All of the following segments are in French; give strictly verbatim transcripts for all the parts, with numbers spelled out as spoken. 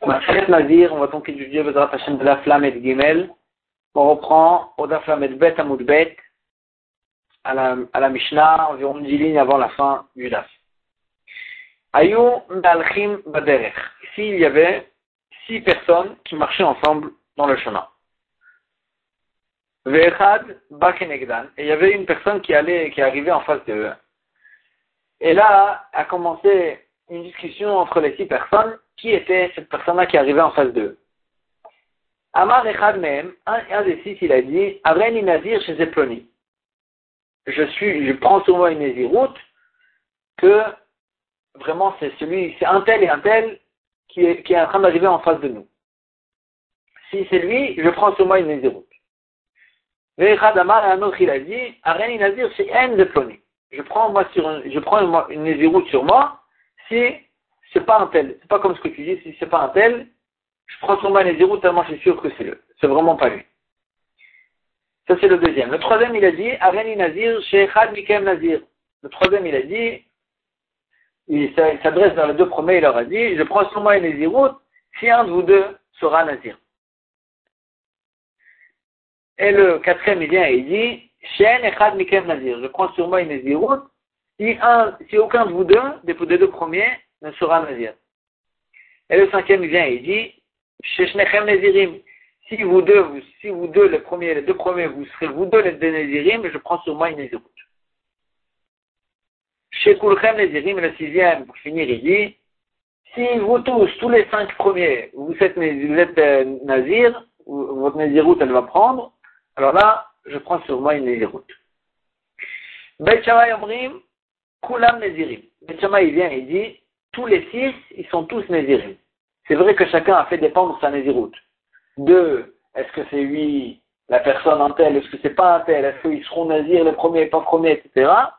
Maseret Nazir, on va donc étudier Bezrat Hashem de la Flamme et de Gimel. On reprend au Daf Lamed Bet Amud Bet à la, à la Mishnah, environ dix lignes avant la fin du Daf. Ayu Me'alchim Baderech. Ici, il y avait six personnes qui marchaient ensemble dans le chemin. Ve'echad Bakenegdan. Et il y avait une personne qui allait, qui arrivait en face d'eux. Et là, a commencé une discussion entre les six personnes. Qui était cette personne-là qui arrivait en face d'eux? Amar Echad Mehem, un, un des six, il a dit, Areni Nazir chez Zeploni. Je suis, je prends sur moi une Naziroute, que vraiment c'est celui, c'est un tel et un tel qui est, qui est en train d'arriver en face de nous. Si c'est lui, je prends sur moi une Naziroute. Echad Amar, un autre, il a dit, Areni Nazir chez En Zeploni. Je prends moi sur un, je prends une, une Naziroute sur moi, si c'est pas un tel, c'est pas comme ce que tu dis, si c'est pas un tel, je prends sur moi les zéros tellement je suis sûr que c'est le, c'est vraiment pas lui. Ça c'est le deuxième. Le troisième il a dit, Areni Nazir, chez Echad Mikem Nazir. Le troisième il a dit, il s'adresse vers les deux premiers, il leur a dit, je prends sur moi les zéros si un de vous deux sera Nazir. Et le quatrième il vient et il dit, Shen Echad Mikem Nazir. Je prends sur moi une zéros si un, si aucun de vous deux, des, des deux premiers, ne sera Nazir. Et le cinquième il vient et il dit, Sheshnechem Nazirim. Si vous deux, vous, si vous deux, les premiers, les deux premiers, vous serez vous deux les deux Nazirim, je prends sur moi une Naziroute. Shekulchem Nazirim, le sixième, pour finir, il dit, si vous tous, tous les cinq premiers, vous êtes, vous êtes euh, Nazir, votre Naziroute elle va prendre, alors là, je prends sur moi une Naziroute. Beit Shammai Omrim, Kulam Nazirim. Beit Shammai, il vient et il dit, tous les six, ils sont tous Nazirim. C'est vrai que chacun a fait dépendre sa Naziroute. De, est-ce que c'est lui, la personne en tel, est-ce que c'est pas un tel, est-ce qu'ils seront Nazir, les premiers, pas premiers, et cetera.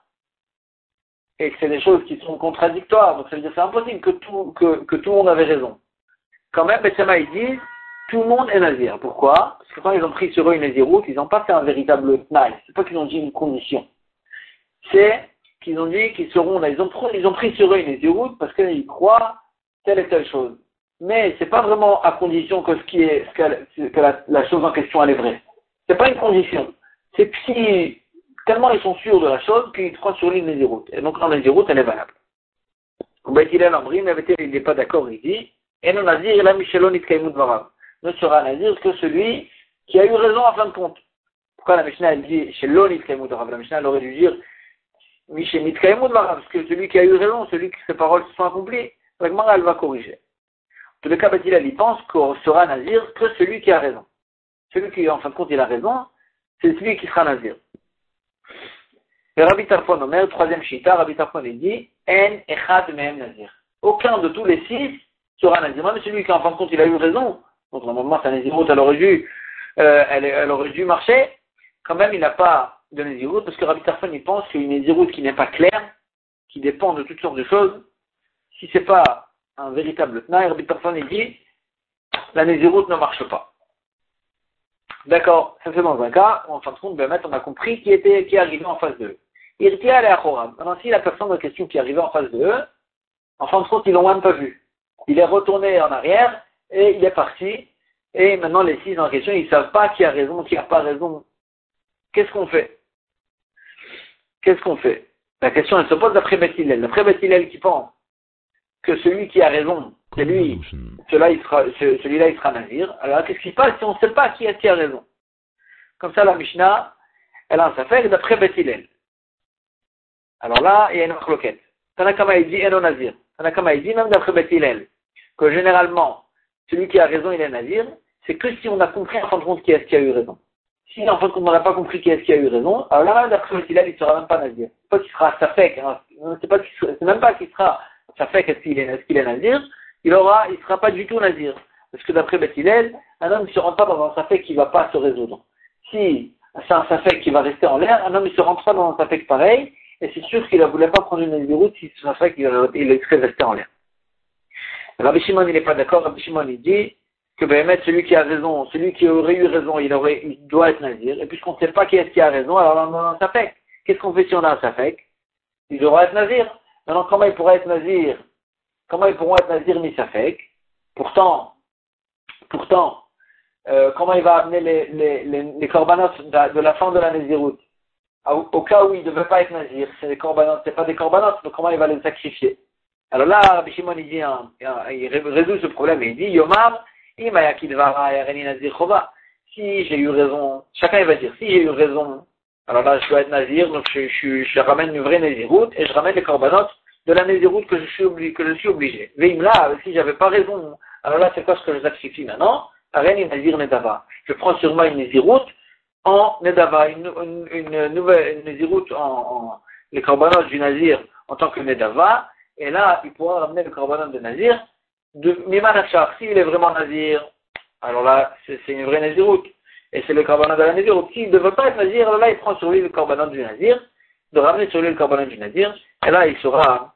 Et que c'est des choses qui sont contradictoires. Donc ça veut dire que c'est impossible que tout, que, que tout le monde avait raison. Quand même, Beit Shammai, ils disent, tout le monde est Nazir. Pourquoi? Parce que quand ils ont pris sur eux une Naziroute, ils n'ont pas fait un véritable tnaï. C'est pas qu'ils ont dit une condition. C'est qu'ils ont dit qu'ils seront là. Ils ont, ils ont pris sur eux une Naziroute parce qu'ils croient telle et telle chose. Mais c'est pas vraiment à condition que ce qui est, ce que, que la, la chose en question elle est vraie. C'est pas une condition. C'est que si, tellement ils sont sûrs de la chose qu'ils croient sur l'île Naziroute. Et donc la Naziroute elle est valable. Beit Hillel Omrim, il n'est pas d'accord, il dit, et non Nazir, il a Michelon Itkaymu Dvarav. Ne sera Nazir que celui qui a eu raison en fin de compte. Pourquoi la Mishnah elle dit Shelon Itkaymu Dvarav? La Mishnah elle aurait dû dire Michelon Itkaymu Dvarav, parce que celui qui a eu raison, celui qui ses paroles se sont accomplies, la Gemara elle va corriger. En tout cas, Beit Hillel, il pense qu'on sera Nazir que celui qui a raison. Celui qui, en fin de compte, il a raison, c'est celui qui sera Nazir. Et Rabbi Tarfon, Omer, troisième Shita, Rabbi Tarfon, il dit, En Echad Mehem Nazir. Aucun de tous les six sera Nazir. Même celui qui, en fin de compte, il a eu raison. Donc, normalement, sa Naziroute, elle aurait dû, euh, elle, elle aurait dû marcher. Quand même, il n'a pas de Naziroute, parce que Rabbi Tarfon, il pense qu'une Naziroute qui n'est pas claire, qui dépend de toutes sortes de choses, si c'est pas un véritable tnaï, Rabbi Tarfon il dit, la Naziroute ne marche pas. D'accord, ça c'est dans un cas, en fin de compte, ben, on a compris qui était, qui arrivait en face d'eux. Il tient à l'Achorab. Maintenant, si la personne en question qui arrivait en face d'eux, en fin de compte, ils l'ont même pas vu. Il est retourné en arrière, et il est parti, et maintenant les six en question, ils savent pas qui a raison, qui n'a pas raison. Qu'est-ce qu'on fait? Qu'est-ce qu'on fait? La question, elle se pose d'après Beit Hillel. D'après Beit Hillel qui pense que celui qui a raison, c'est lui, celui-là il sera, celui-là il sera Nazir. Alors qu'est-ce qui se passe si on ne sait pas qui est qui a raison? Comme ça la Mishnah, elle a un safek d'après Beit Hillel. Alors là, il y a une marloquette. Tanakama il dit Eno Nazir. Tanakama il dit même d'après Beit Hillel que généralement, celui qui a raison il est Nazir, c'est que si on a compris en fin de compte qui est-ce qui a eu raison. Si en fin de compte on n'a pas compris qui est-ce qui a eu raison, alors là d'après Beit Hillel il ne sera même pas Nazir. C'est pas qu'il sera safek, hein. c'est, pas qu'il sera, c'est même pas qu'il sera ça fait qu'est-ce qu'il est, est-ce qu'il est Nazir, il aura, il sera pas du tout Nazir. Parce que d'après Beit Hillel, un homme ne se rentre pas dans un safek qui va pas se résoudre. Si c'est un safek qui va rester en l'air, un homme ne se rentre pas dans un safek pareil, et c'est sûr qu'il ne voulait pas prendre une Naziroute si ce safek il, il serait resté en l'air. Rabbi Shimon il n'est pas d'accord, Rabbi Shimon il dit que ben, celui qui a raison, celui qui aurait eu raison, il aurait, il doit être Nazir, et puisqu'on ne sait pas qui est-ce qui a raison, alors on a un safek. Qu'est-ce qu'on fait si on a un safek? Il devra être Nazir. Maintenant, comment ils pourraient être Nazir? Comment ils pourront être Nazir mi-safek? Pourtant, Pourtant, euh, comment il va amener les, les, les, les corbanotes de, de la fin de la Nézirut? Au, au cas où il ne devait pas être Nazir, c'est des corbanotes, c'est pas des corbanotes, donc comment il va les sacrifier? Alors là, Rabbi Shimon, il dit, hein, il résout ce problème et il dit, Yomar, si j'ai eu raison, chacun il va dire, si j'ai eu raison, alors là je dois être Nazir, donc je, je, je ramène une vraie Nézirut et je ramène les corbanotes de la Nézirut que je suis obligé, que je suis obligé. Veimla, si j'avais pas raison, alors là c'est quoi ce que je sacrifie maintenant? Areni Nazir Nedava. Je prends sur moi une Nézirut en Nedava, une, une, une nouvelle une Nézirut en, en les corbanotes du Nazir en tant que Nedava, et là il pourra ramener le corbanot de Nazir de Miman Achar. S'il est vraiment Nazir, alors là c'est, c'est une vraie Nézirut, et c'est le corbanot de la Nézirut. S'il ne veut pas être Nazir, alors là il prend sur lui le corbanot du Nazir, de ramener sur lui le corbanot du Nazir, et là il sera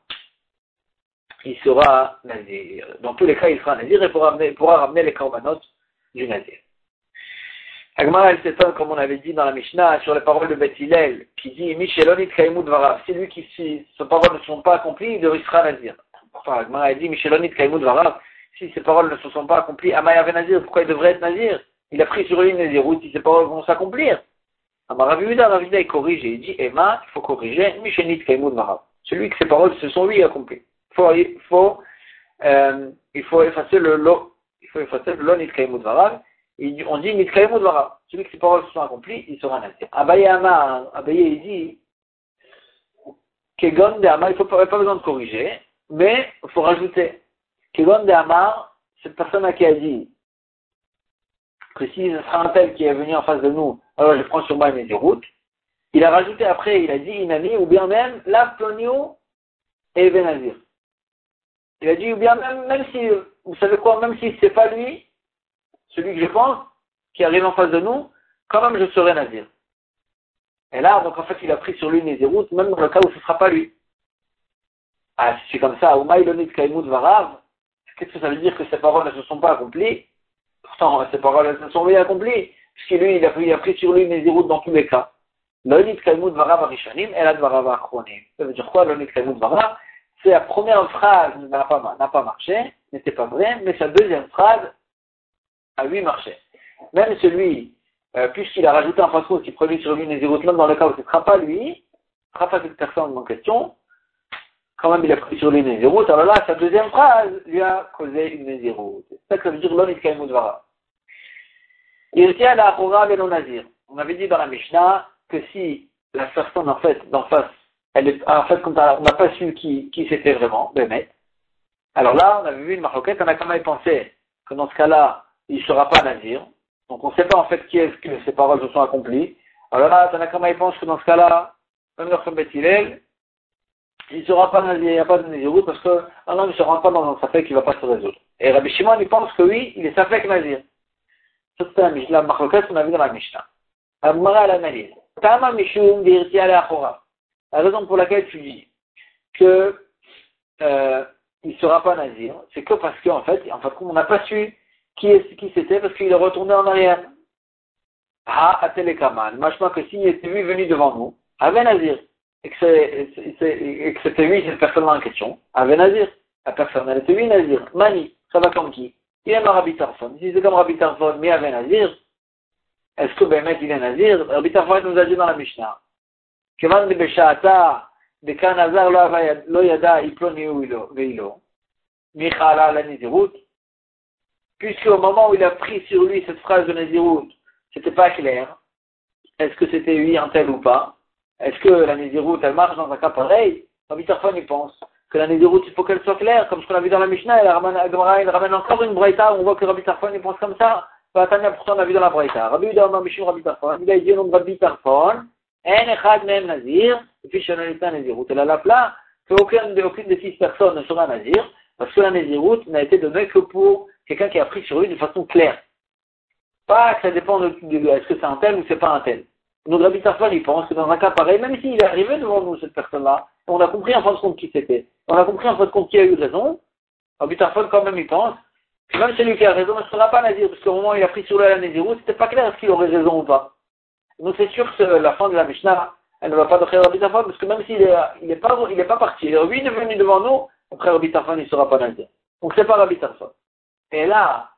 il sera Nazir. Dans tous les cas il sera Nazir et pourra ramener, pourra ramener les corbanotes du Nazir. Agmara, elle s'étonne, comme on avait dit dans la Mishnah, sur les paroles de Beth Hillel, qui dit, Michelonit Kaimut Varav. Si lui qui, si ses paroles ne sont pas accomplies, il sera Nazir. Enfin, Agmara, elle dit, Michelonit Kaimut Varav. Si ses paroles ne se sont pas accomplies, Amaya Nazir, pourquoi il devrait être Nazir? Il a pris sur lui une Nazirut, si ses paroles vont s'accomplir. Amara Raviuda, Raviuda, il corrige et il dit, Emma, il faut corriger, Michelonit Kaimut Varav. Celui que ses paroles se sont lui accomplies. Il faut, il faut, euh, il faut effacer le lo, il faut effacer le lonit Kaimut Varav. On dit Mitkaimut Varav. Celui que ses paroles se sont accomplies, il sera Nazir. Abaye Amar, Abaye il dit Kegon de Amar, il ne faut pas, pas besoin de corriger, mais il faut rajouter Kegon de Amar, cette personne qui a dit que si ce sera un tel qui est venu en face de nous, alors je prends sur moi mes routes. Il a rajouté après, il a dit Inani, ou bien même la Plonio et Benazir. Il a dit, ou bien même, même si, vous savez quoi, même si c'est pas lui, celui que je pense, qui arrive en face de nous, quand même je serai Nazir. Et là, donc en fait, il a pris sur lui Nézirut, même dans le cas où ce ne sera pas lui. Ah, si c'est comme ça, Umaïlonit Kaimut Varav, qu'est-ce que ça veut dire que ses paroles ne se sont pas accomplies? Pourtant, ses paroles se sont bien accomplies, puisque lui, il a pris, il a pris sur lui Nézirut dans tous les cas. L'onit Kaimut Varav Arishanim, et la Varav Achronim. Ça veut dire quoi, l'onit Kaimut Varav? C'est la première phrase n'a pas, n'a pas marché, n'était pas vrai, mais sa deuxième phrase a lui marché. Même celui, euh, puisqu'il a rajouté un passeport qui produit sur lui une Nézirut, même dans le cas où ce ne sera pas lui, ce ne sera pas cette personne en question, quand même il a pris sur lui une Nézirut, alors là, sa deuxième phrase lui a causé une Nézirut. C'est ça que ça veut dire l'onit Kaimut Varav. Il tient la Achora et le Nazir. On avait dit dans la Mishnah que si la personne en fait d'en face, elle est, en fait, quand on n'a pas su qui, qui c'était vraiment, Bémet, alors là, on avait vu une marloquette, on a quand même pensé que dans ce cas-là, il ne sera pas Nazir. Donc on ne sait pas en fait qui est-ce que ces paroles se sont accomplies. Alors là, Tanaka Maï pense que dans ce cas-là, même leur Beth Hillel, il ne sera pas Nazir, il n'y a pas de Nazirut parce que un homme ne se rend pas dans un safek qui ne va pas se résoudre. Et Rabbi Shimon, il pense que oui, il est safek Nazir. C'est la marloquette qu'on a vu dans la Mishnah. Agmara l'analyse. Tama Mishum d'Irtia Le'achora. La raison pour laquelle tu dis que euh, il ne sera pas Nazir, c'est que parce qu'en fait, en fait, on n'a pas su qui, est, qui c'était parce qu'il est retourné en arrière. Ah, Atelekaman. Machma que s'il était lui venu devant nous, avait Nazir. Et que, c'est, c'est, et que c'était lui, cette personne-là en question, avait Nazir. La personne, elle était lui Nazir. Mani, ça va comme qui? Il est Rabbi Tarfon. Si c'est comme Rabbi Tarfon, mais avait Nazir, est-ce que Bémet il est Nazir? Rabbi Tarfon nous a dit dans la Mishnah. Kevan de Besha'ata, de Kanazar lo yada iploni veilo. Michala la Nazirut. Puisqu'au moment où il a pris sur lui cette phrase de Nazirut, c'était pas clair. Est-ce que c'était lui un tel ou pas? Est-ce que la Nazirut, elle marche dans un cas pareil? Rabbi Tarfon, il pense que la Nazirut, il faut qu'elle soit claire, comme ce qu'on a vu dans la Mishnah, il ramène, il ramène encore une braïta, on voit que Rabbi Tarfon, il pense comme ça. Tania, pourtant, on a vu dans la braïta. Rabbi Uda, Mishum, Rabbi Tarfon, il a dit au nom de Rabbi Tarfon, En Echad Mem Nazir, et puis Shanalita Nazirut. Elle a la plat qu'aucune de, aucune des six personnes ne sera Nazir, parce que la Nazirut n'a été donnée que pour quelqu'un qui a pris sur lui de façon claire. Pas que ça dépend de, de, de est-ce que c'est un tel ou c'est pas un tel. Donc Rabbi Tarfon, il pense que dans un cas pareil, même s'il est arrivé devant nous, cette personne-là, on a compris en fin de compte qui c'était. On a compris en fin de compte qui a eu raison. Rabbi Tarfon, quand même, il pense que même celui qui a raison ne sera pas Nazir, parce qu'au moment où il a pris sur lui la Nazirut, c'était pas clair est-ce qu'il aurait raison ou pas. Donc c'est sûr que la fin de la Mishnah, elle ne va pas d'après Rabbi Tarfon, parce que même s'il est, il est pas, il est pas parti, lui il est venu devant nous, après Rabbi Tarfon, il ne sera pas Nazir. Donc c'est pas Rabbi Tarfon. Et là,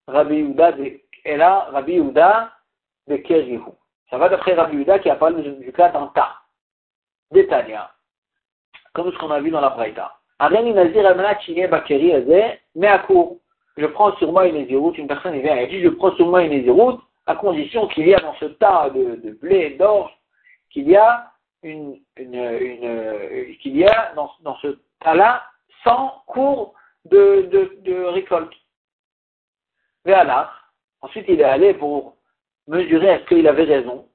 Rabbi Yehuda de, et là, Rabbi Yehuda de Kerihu. Ça va d'après Rabbi Yehuda qui a parlé du cas d'un tas. Détalia. Comme ce qu'on a vu dans la Braïta. Areni Nazir Almanat Chine Bakeri Azé, mais à court. Je prends sur moi une nésiroute, une personne vient et dit, je prends sur moi une nésiroute, à condition qu'il y a dans ce tas de, de blé et d'orge, qu'il y a une, une, une, une qu'il y a dans, dans ce tas-là cent cours de, de, de récolte. Véalach. Ensuite, il est allé pour mesurer est-ce qu'il avait raison.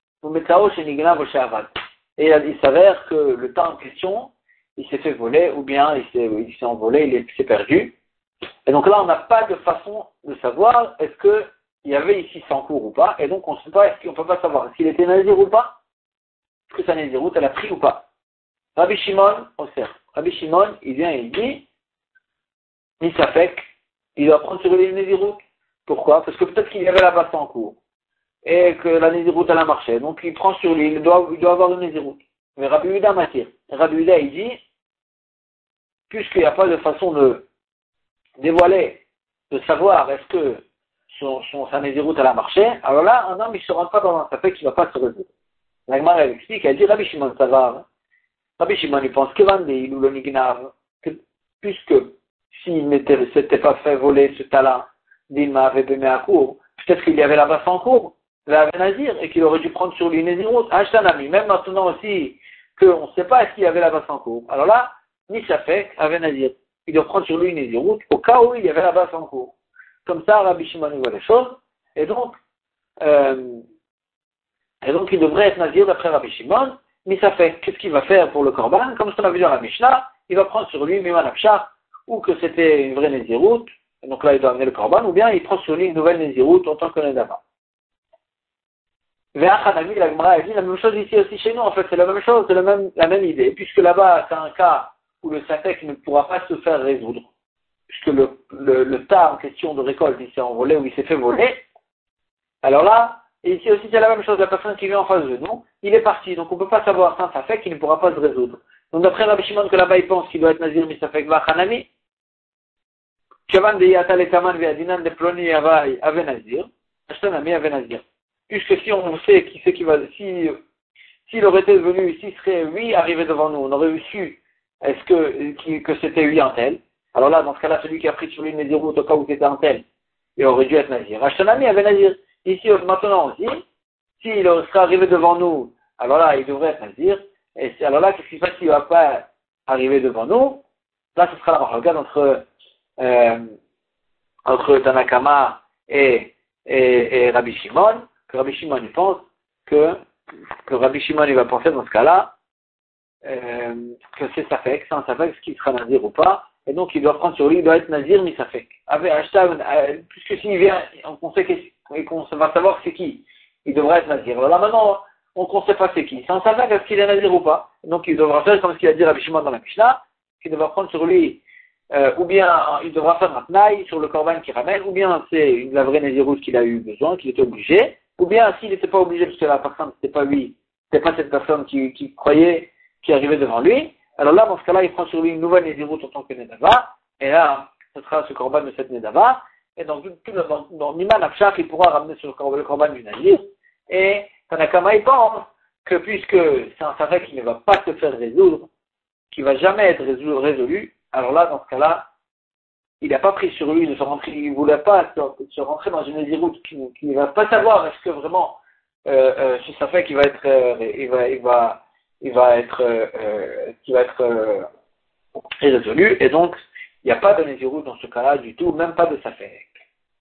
Et il s'avère que le temps en question, il s'est fait voler, ou bien il s'est, il s'est envolé, il s'est perdu. Et donc là, on n'a pas de façon de savoir est-ce qu'il y avait ici cent cours ou pas. Et donc on ne sait pas, est-ce qu'on ne peut pas savoir s'il était nazir ou pas. Est-ce que sa naziroute, elle a pris ou pas. Rabbi Shimon, on sait. Rabbi Shimon, il vient et il dit, Nisafek, il doit prendre sur lui une naziroute. Pourquoi? Parce que peut-être qu'il y avait là-bas cent cours. Et que la naziroute, elle a marché. Donc il prend sur lui, il doit, il doit avoir une naziroute. Mais Rabbi Yehuda m'attire. Rabbi Yehuda, il dit, puisqu'il n'y a pas de façon de dévoiler, de savoir est-ce que son, son, sa naziroute, elle a marché, alors là, un homme, il ne se rend pas dans un safek qui ne va pas se résoudre. La Gemara, elle explique, elle dit, Rabbi Shimon, ça va. Rabbi Shimon, il pense que Vandé, il ou le Nignav, que puisque s'il ne s'était pas fait voler ce tas-là, d'Ilma avait bémé à court, peut-être qu'il y avait là-bas sans cours, la Nazir, et qu'il aurait dû prendre sur lui une naziroute. Ashtanami, même maintenant aussi, qu'on ne sait pas est-ce qu'il y avait là-bas sans cours. Alors là, ni Safek, avait Nazir. Il doit prendre sur lui une naziroute, au cas où il y avait là-bas sans cours. Comme ça, Rabbi Shimon voit les choses, et donc, euh, et donc il devrait être Nazir d'après Rabbi Shimon, ni Safek. Qu'est-ce qu'il va faire pour le Korban? Comme ce qu'on a vu dans la Mishnah, il va prendre sur lui Miman Afshar, ou que c'était une vraie naziroute, et donc là il doit amener le Korban, ou bien il prend sur lui une nouvelle naziroute en tant que Nedava. Ve'achanami, la Gemara, elle dit la même chose ici aussi chez nous, en fait, c'est la même chose, c'est la même, la même idée, puisque là-bas, c'est un cas où le safek ne pourra pas se faire résoudre, puisque le, le, le tas en question de récolte, il s'est envolé ou il s'est fait voler. Alors là, et ici aussi, c'est la même chose, la personne qui vient en face de nous, il est parti, donc on ne peut pas savoir, c'est un safek qui ne pourra pas se résoudre. Donc d'après Rabbi Shimon, que là-bas, il pense qu'il doit être nazir, mais safek ve'achanami, Kavan de Yatal et Kaman ve'adinan de Ploni Avai ave nazir, Ashtanami ave nazir. Puisque si on sait qui c'est qui va, si, s'il aurait été venu, s'il serait oui arrivé devant nous, on aurait su, est-ce que, qui, que c'était oui un tel. Alors là, dans ce cas-là, celui qui a pris sur lui une naziroute au cas où c'était un tel, il aurait dû être nazir. Ashtanami avait nazir. Ici, maintenant aussi, s'il serait arrivé devant nous, alors là, il devrait être nazir. Et alors là, qu'est-ce qui se passe s'il ne va pas arriver devant nous? Là, ce sera la marloquade entre, euh, entre Tanakama et, et, et Rabbi Shimon. Que Rabbi Shimon il pense que, que Rabbi Shimon il va penser dans ce cas-là euh, que c'est Safek, c'est un Safek, ce qui sera nazir ou pas, et donc il doit prendre sur lui, il doit être nazir mi Safek. Avec hashtag, euh, puisque s'il vient, on sait et qu'on va savoir c'est qui, il devrait être nazir. Alors là maintenant, on ne sait pas c'est qui, c'est un Safek, est-ce qu'il est nazir ou pas, donc il devra faire comme ce qu'il a dit Rabbi Shimon dans la Mishnah, qu'il devra prendre sur lui Euh, ou bien il devra faire un tnaï sur le korban qu'il ramène, ou bien c'est la vraie naziroute qu'il a eu besoin, qu'il était obligé, ou bien s'il n'était pas obligé parce que la personne c'était pas lui, c'était pas cette personne qui, qui croyait, qui arrivait devant lui, alors là dans ce cas-là il prend sur lui une nouvelle naziroute en tant que nedava, et là ce sera ce korban de cette nedava, et donc tout le dans, dans Niman Afshar il pourra ramener sur le korban, le korban du nazir, et Tanakama il pense que puisque c'est un safek qui ne va pas se faire résoudre, qui va jamais être résolu, résolu alors là, dans ce cas-là, il n'a pas pris sur lui de se rentrer, il ne voulait pas se, se rentrer dans une naziroute qui, qui ne va pas savoir est-ce que vraiment euh, euh, ce safek il va être, euh, il va, il va, il va être, euh, qui va être euh, résolu, et donc il n'y a pas de naziroute dans ce cas-là du tout, même pas de safek.